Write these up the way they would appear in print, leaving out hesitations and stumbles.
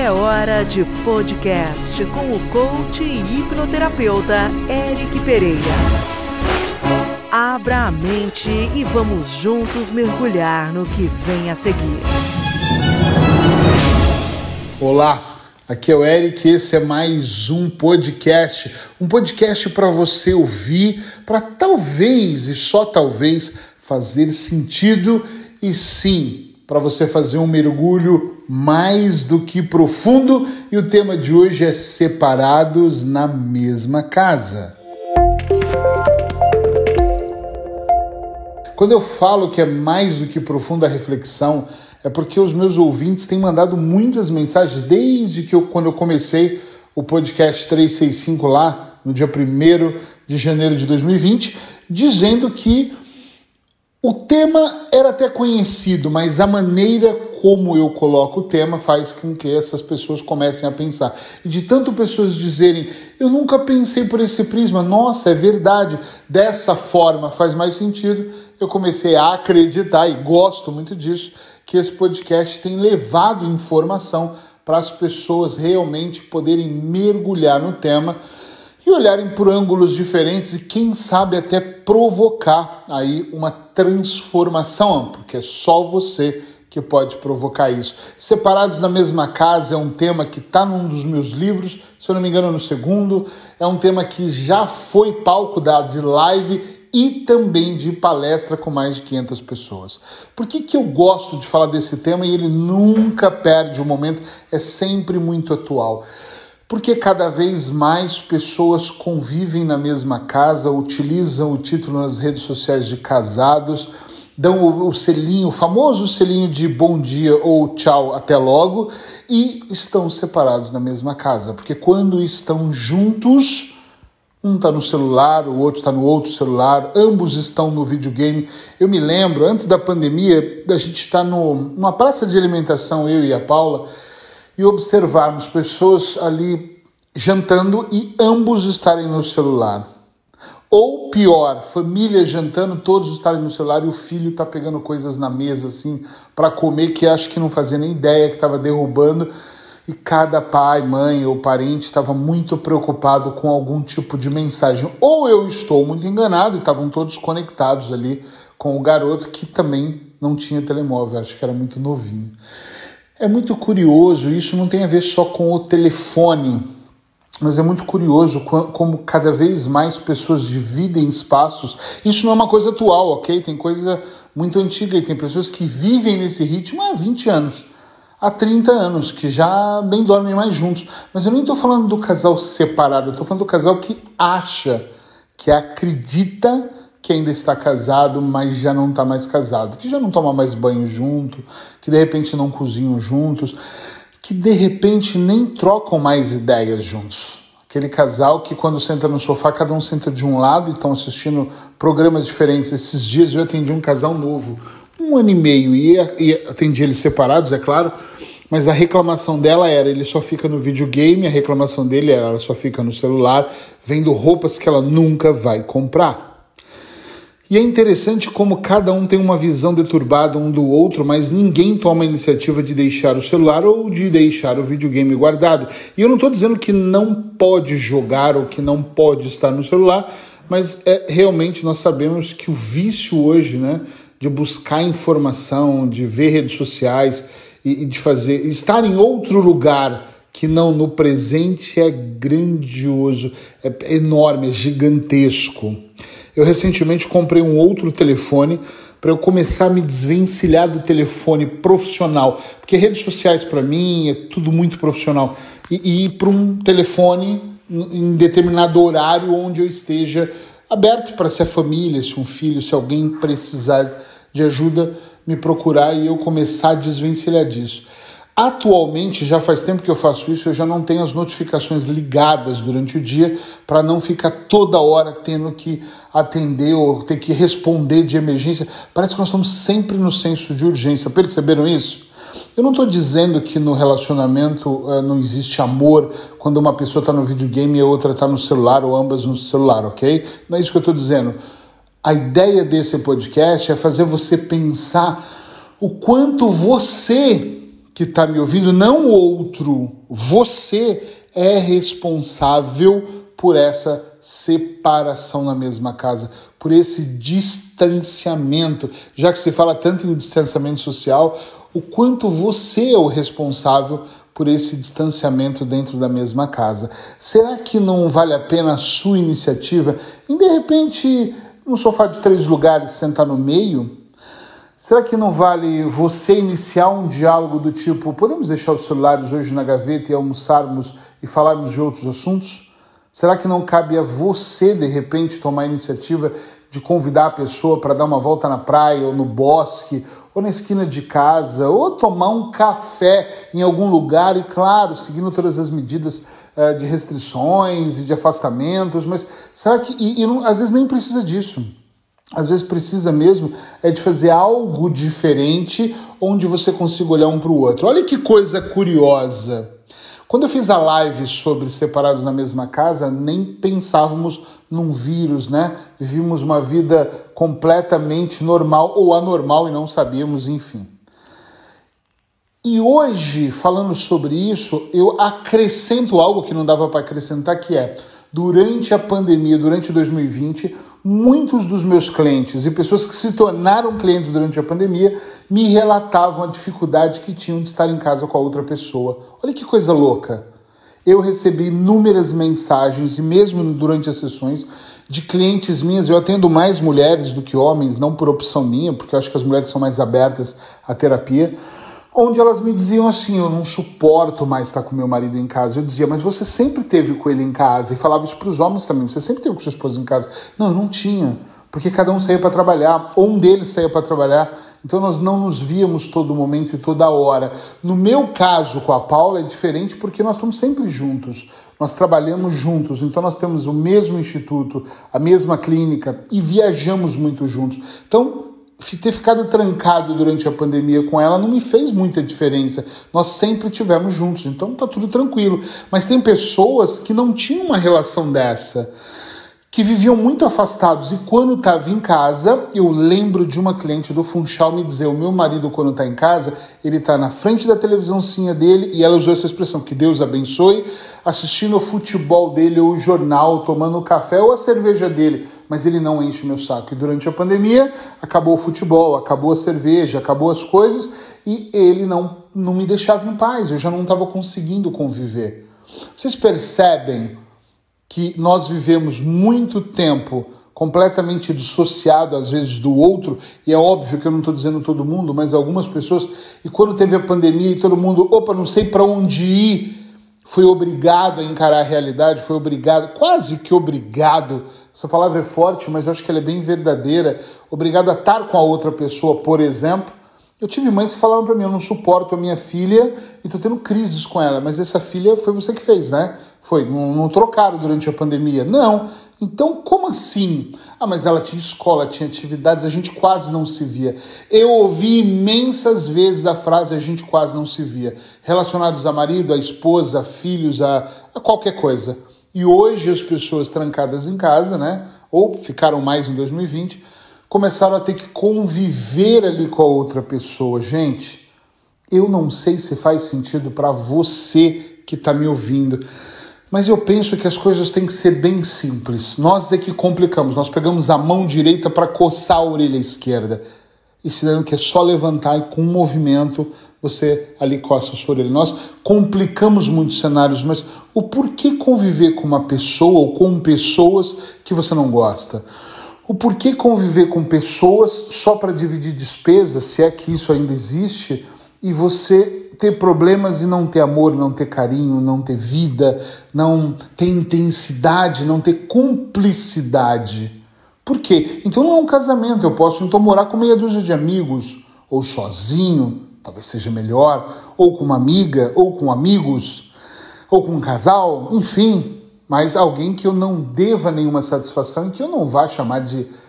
É hora de podcast com o coach e hipnoterapeuta Eric Pereira. Abra a mente e vamos juntos mergulhar no que vem a seguir. Olá, aqui é o Eric e esse é mais um podcast para você ouvir, para talvez e só talvez fazer sentido e sim, para você fazer um mergulho mais do que profundo. E o tema de hoje é separados na mesma casa. Quando eu falo que é mais do que profunda a reflexão, é porque os meus ouvintes têm mandado muitas mensagens desde que quando eu comecei o podcast 365 lá, no dia 1º de janeiro de 2020, dizendo que o tema era até conhecido, mas a maneira como eu coloco o tema faz com que essas pessoas comecem a pensar. E de tanto pessoas dizerem, eu nunca pensei por esse prisma, nossa, é verdade, dessa forma faz mais sentido, eu comecei a acreditar, e gosto muito disso, que esse podcast tem levado informação para as pessoas realmente poderem mergulhar no tema e olharem por ângulos diferentes e quem sabe até provocar aí uma transformação, porque é só você que pode provocar isso. Separados na mesma casa é um tema que está num dos meus livros, se eu não me engano no segundo, é um tema que já foi palco de live e também de palestra com mais de 500 pessoas. Por que eu gosto de falar desse tema e ele nunca perde o momento, é sempre muito atual? Porque cada vez mais pessoas convivem na mesma casa, utilizam o título nas redes sociais de casados, dão o selinho, o famoso selinho de bom dia ou tchau, até logo, e estão separados na mesma casa. Porque quando estão juntos, um está no celular, o outro está no outro celular, ambos estão no videogame. Eu me lembro, antes da pandemia, da gente estar numa praça de alimentação, eu e a Paula, e observarmos pessoas ali jantando e ambos estarem no celular. Ou pior, família jantando, todos estarem no celular e o filho está pegando coisas na mesa assim para comer que acho que não fazia nem ideia que estava derrubando. E cada pai, mãe ou parente estava muito preocupado com algum tipo de mensagem. Ou eu estou muito enganado e estavam todos conectados ali com o garoto que também não tinha telemóvel, acho que era muito novinho. É muito curioso, isso não tem a ver só com o telefone, mas é muito curioso como cada vez mais pessoas dividem espaços. Isso não é uma coisa atual, ok? Tem coisa muito antiga e tem pessoas que vivem nesse ritmo há 20 anos, há 30 anos, que já nem dormem mais juntos. Mas eu nem estou falando do casal separado, eu estou falando do casal que acha, que acredita que ainda está casado, mas já não está mais casado, que já não toma mais banho junto, que de repente não cozinham juntos, que de repente nem trocam mais ideias juntos. Aquele casal que quando senta no sofá, cada um senta de um lado e estão assistindo programas diferentes. Esses dias eu atendi um casal novo, 1 ano e meio, e atendi eles separados, é claro, mas a reclamação dela era, ele só fica no videogame, a reclamação dele era, ela só fica no celular, vendo roupas que ela nunca vai comprar. E é interessante como cada um tem uma visão deturbada um do outro, mas ninguém toma a iniciativa de deixar o celular ou de deixar o videogame guardado. E eu não estou dizendo que não pode jogar ou que não pode estar no celular, mas realmente nós sabemos que o vício hoje, né, de buscar informação, de ver redes sociais e de estar em outro lugar que não no presente é grandioso, é enorme, é gigantesco. Eu recentemente comprei um outro telefone para eu começar a me desvencilhar do telefone profissional, porque redes sociais para mim é tudo muito profissional, e ir para um telefone em determinado horário onde eu esteja aberto para se a família, se um filho, se alguém precisar de ajuda, me procurar e eu começar a desvencilhar disso. Atualmente, já faz tempo que eu faço isso, eu já não tenho as notificações ligadas durante o dia para não ficar toda hora tendo que atender ou ter que responder de emergência. Parece que nós estamos sempre no senso de urgência. Perceberam isso? Eu não estou dizendo que no relacionamento não existe amor quando uma pessoa está no videogame e a outra está no celular ou ambas no celular, ok? Não é isso que eu estou dizendo. A ideia desse podcast é fazer você pensar o quanto você que está me ouvindo, não o outro, você é responsável por essa separação na mesma casa, por esse distanciamento. Já que se fala tanto em distanciamento social, o quanto você é o responsável por esse distanciamento dentro da mesma casa. Será que não vale a pena a sua iniciativa em, de repente, num sofá de 3 lugares, sentar no meio? Será que não vale você iniciar um diálogo do tipo, podemos deixar os celulares hoje na gaveta e almoçarmos e falarmos de outros assuntos? Será que não cabe a você, de repente, tomar a iniciativa de convidar a pessoa para dar uma volta na praia ou no bosque ou na esquina de casa, ou tomar um café em algum lugar e, claro, seguindo todas as medidas de restrições e de afastamentos, mas será que... E às vezes nem precisa disso. Às vezes precisa mesmo de fazer algo diferente onde você consiga olhar um para o outro. Olha que coisa curiosa. Quando eu fiz a live sobre separados na mesma casa, nem pensávamos num vírus, né? Vivíamos uma vida completamente normal ou anormal e não sabíamos, enfim. E hoje, falando sobre isso, eu acrescento algo que não dava para acrescentar, que é, durante a pandemia, durante 2020, muitos dos meus clientes e pessoas que se tornaram clientes durante a pandemia me relatavam a dificuldade que tinham de estar em casa com a outra pessoa. Olha que coisa louca. Eu recebi inúmeras mensagens, e mesmo durante as sessões, de clientes minhas, eu atendo mais mulheres do que homens, não por opção minha, porque eu acho que as mulheres são mais abertas à terapia, onde elas me diziam assim, eu não suporto mais estar com meu marido em casa. Eu dizia, mas você sempre teve com ele em casa, e falava isso para os homens também, você sempre teve com sua esposa em casa. Não, eu não tinha, porque cada um saía para trabalhar, ou um deles saía para trabalhar, então nós não nos víamos todo momento e toda hora. No meu caso com a Paula é diferente porque nós estamos sempre juntos, nós trabalhamos juntos, então nós temos o mesmo instituto, a mesma clínica e viajamos muito juntos. Então, ter ficado trancado durante a pandemia com ela não me fez muita diferença. Nós sempre tivemos juntos, então tá tudo tranquilo. Mas tem pessoas que não tinham uma relação dessa, que viviam muito afastados. E quando estava em casa, eu lembro de uma cliente do Funchal me dizer, o meu marido quando está em casa, ele está na frente da televisãozinha dele, e ela usou essa expressão, que Deus abençoe, assistindo o futebol dele, ou o jornal, tomando o café ou a cerveja dele, mas ele não enche meu saco. E durante a pandemia, acabou o futebol, acabou a cerveja, acabou as coisas, e ele não me deixava em paz, eu já não estava conseguindo conviver. Vocês percebem que nós vivemos muito tempo completamente dissociado, às vezes, do outro, e é óbvio que eu não estou dizendo todo mundo, mas algumas pessoas, e quando teve a pandemia e todo mundo, não sei para onde ir, foi obrigado a encarar a realidade, foi obrigado, quase que obrigado, essa palavra é forte, mas eu acho que ela é bem verdadeira, obrigado a estar com a outra pessoa, por exemplo. Eu tive mães que falaram para mim, eu não suporto a minha filha e estou tendo crises com ela, mas essa filha foi você que fez, né? Foi, não trocaram durante a pandemia. Não. Então, como assim? Mas ela tinha escola, tinha atividades, a gente quase não se via. Eu ouvi imensas vezes a frase a gente quase não se via, relacionados a marido, a esposa, a filhos, a qualquer coisa. E hoje as pessoas trancadas em casa, né? Ou ficaram mais em 2020, começaram a ter que conviver ali com a outra pessoa. Gente, eu não sei se faz sentido para você que está me ouvindo, mas eu penso que as coisas têm que ser bem simples. Nós é que complicamos, nós pegamos a mão direita para coçar a orelha esquerda, ensinando que é só levantar e com um movimento você ali coça a sua orelha. Nós complicamos muitos cenários, mas o porquê conviver com uma pessoa ou com pessoas que você não gosta? O porquê conviver com pessoas só para dividir despesas, se é que isso ainda existe, e você ter problemas e não ter amor, não ter carinho, não ter vida, não ter intensidade, não ter cumplicidade. Por quê? Então não é um casamento, eu posso então morar com meia dúzia de amigos, ou sozinho, talvez seja melhor, ou com uma amiga, ou com amigos, ou com um casal, enfim, mas alguém que eu não deva nenhuma satisfação e que eu não vá chamar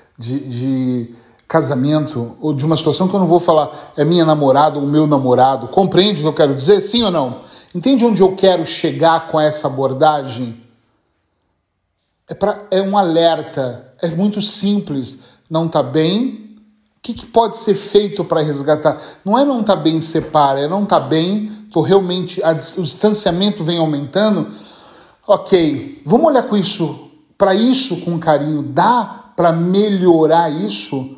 de casamento, ou de uma situação que eu não vou falar é minha namorada ou meu namorado. Compreende o que eu quero dizer? Sim ou não? Entende onde eu quero chegar com essa abordagem? É um alerta, é muito simples. Não está bem, que pode ser feito para resgatar? Não é não tá bem, separa, é não tá bem, tô realmente, o distanciamento vem aumentando. Ok, vamos olhar para isso com carinho. Dá para melhorar isso?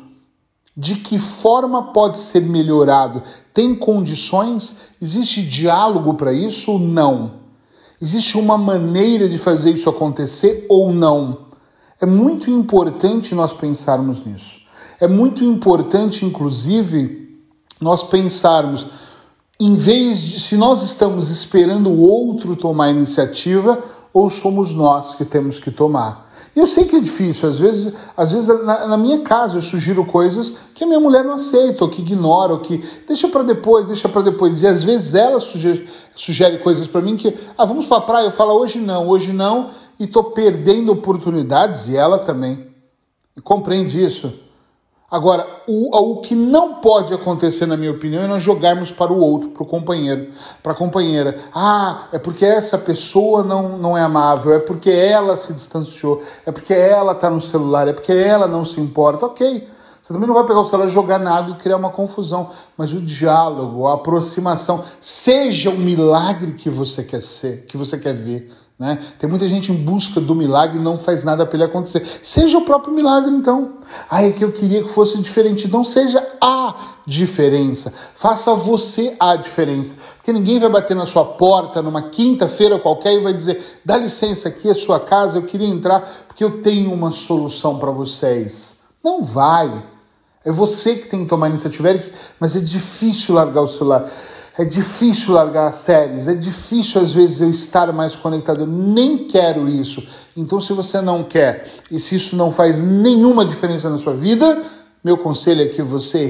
De que forma pode ser melhorado? Tem condições? Existe diálogo para isso ou não? Existe uma maneira de fazer isso acontecer ou não? É muito importante nós pensarmos nisso. É muito importante, inclusive, nós pensarmos, em vez de se nós estamos esperando o outro tomar a iniciativa ou somos nós que temos que tomar. E eu sei que é difícil, às vezes na minha casa eu sugiro coisas que a minha mulher não aceita, ou que ignora, ou que deixa para depois. E às vezes ela sugere coisas para mim que, vamos para a praia, eu falo hoje não, e estou perdendo oportunidades, e ela também. E compreende isso. Agora, o que não pode acontecer, na minha opinião, é nós jogarmos para o outro, para o companheiro, para a companheira. É porque essa pessoa não é amável, é porque ela se distanciou, é porque ela está no celular, é porque ela não se importa. Ok, você também não vai pegar o celular, jogar na água e criar uma confusão, mas o diálogo, a aproximação, seja o milagre que você quer ser, que você quer ver. Né? Tem muita gente em busca do milagre e não faz nada para ele acontecer. Seja o próprio milagre, então. É que eu queria que fosse diferente. Então seja a diferença. Faça você a diferença. Porque ninguém vai bater na sua porta numa quinta-feira qualquer e vai dizer: dá licença, aqui é a sua casa, eu queria entrar porque eu tenho uma solução para vocês. Não vai. É você que tem que tomar a iniciativa, Eric, mas é difícil largar o celular. É difícil largar as séries, é difícil às vezes eu estar mais conectado, eu nem quero isso. Então se você não quer e se isso não faz nenhuma diferença na sua vida, meu conselho é que você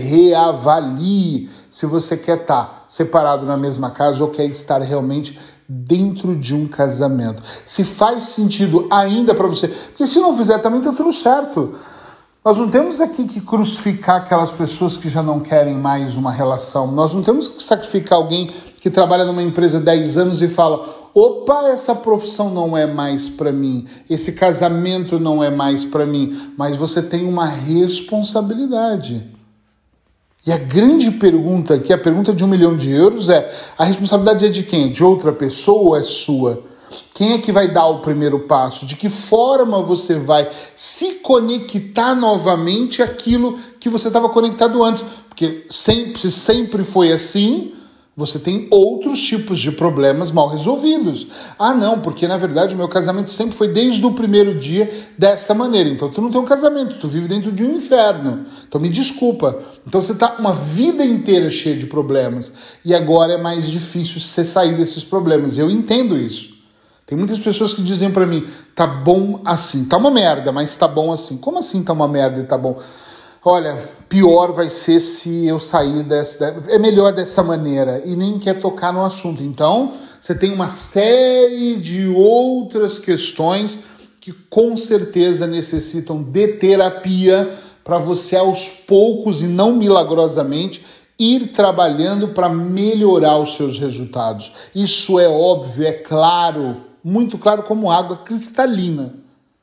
reavalie se você quer estar separado na mesma casa ou quer estar realmente dentro de um casamento. Se faz sentido ainda para você, porque se não fizer também tá tudo certo. Nós não temos aqui que crucificar aquelas pessoas que já não querem mais uma relação. Nós não temos que sacrificar alguém que trabalha numa empresa há 10 anos e fala: opa, essa profissão não é mais para mim, esse casamento não é mais para mim. Mas você tem uma responsabilidade. E a grande pergunta aqui, a pergunta de 1 milhão de euros é: a responsabilidade é de quem? De outra pessoa ou é sua? Quem é que vai dar o primeiro passo? De que forma você vai se conectar novamente àquilo que você estava conectado antes? Porque se sempre foi assim, você tem outros tipos de problemas mal resolvidos. Não, porque na verdade o meu casamento sempre foi desde o primeiro dia dessa maneira. Então tu não tem um casamento, tu vive dentro de um inferno. Então me desculpa. Então você está uma vida inteira cheia de problemas. E agora é mais difícil você sair desses problemas. Eu entendo isso. Tem muitas pessoas que dizem pra mim: tá bom assim, tá uma merda, mas tá bom assim. Como assim tá uma merda e tá bom? Olha, pior vai ser se eu sair é melhor dessa maneira, e nem quer tocar no assunto. Então, você tem uma série de outras questões que com certeza necessitam de terapia para você aos poucos e não milagrosamente ir trabalhando para melhorar os seus resultados. Isso é óbvio, é claro, muito claro como água cristalina.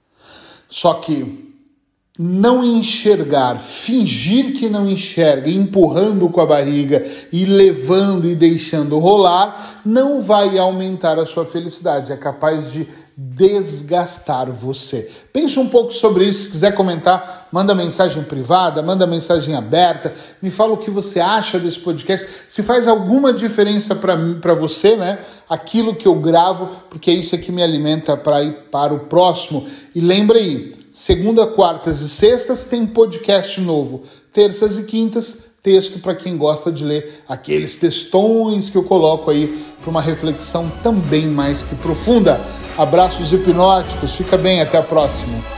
Só que não enxergar, fingir que não enxerga, empurrando com a barriga e levando e deixando rolar, não vai aumentar a sua felicidade. É capaz de desgastar você. Pense um pouco sobre isso. Se quiser comentar, manda mensagem privada, manda mensagem aberta, me fala o que você acha desse podcast, se faz alguma diferença para você, né? Aquilo que eu gravo, porque é isso que me alimenta para ir para o próximo. E lembre aí, segunda, quartas e sextas tem podcast novo, terças e quintas texto para quem gosta de ler aqueles textões que eu coloco aí para uma reflexão também mais que profunda. Abraços hipnóticos, fica bem, até a próxima.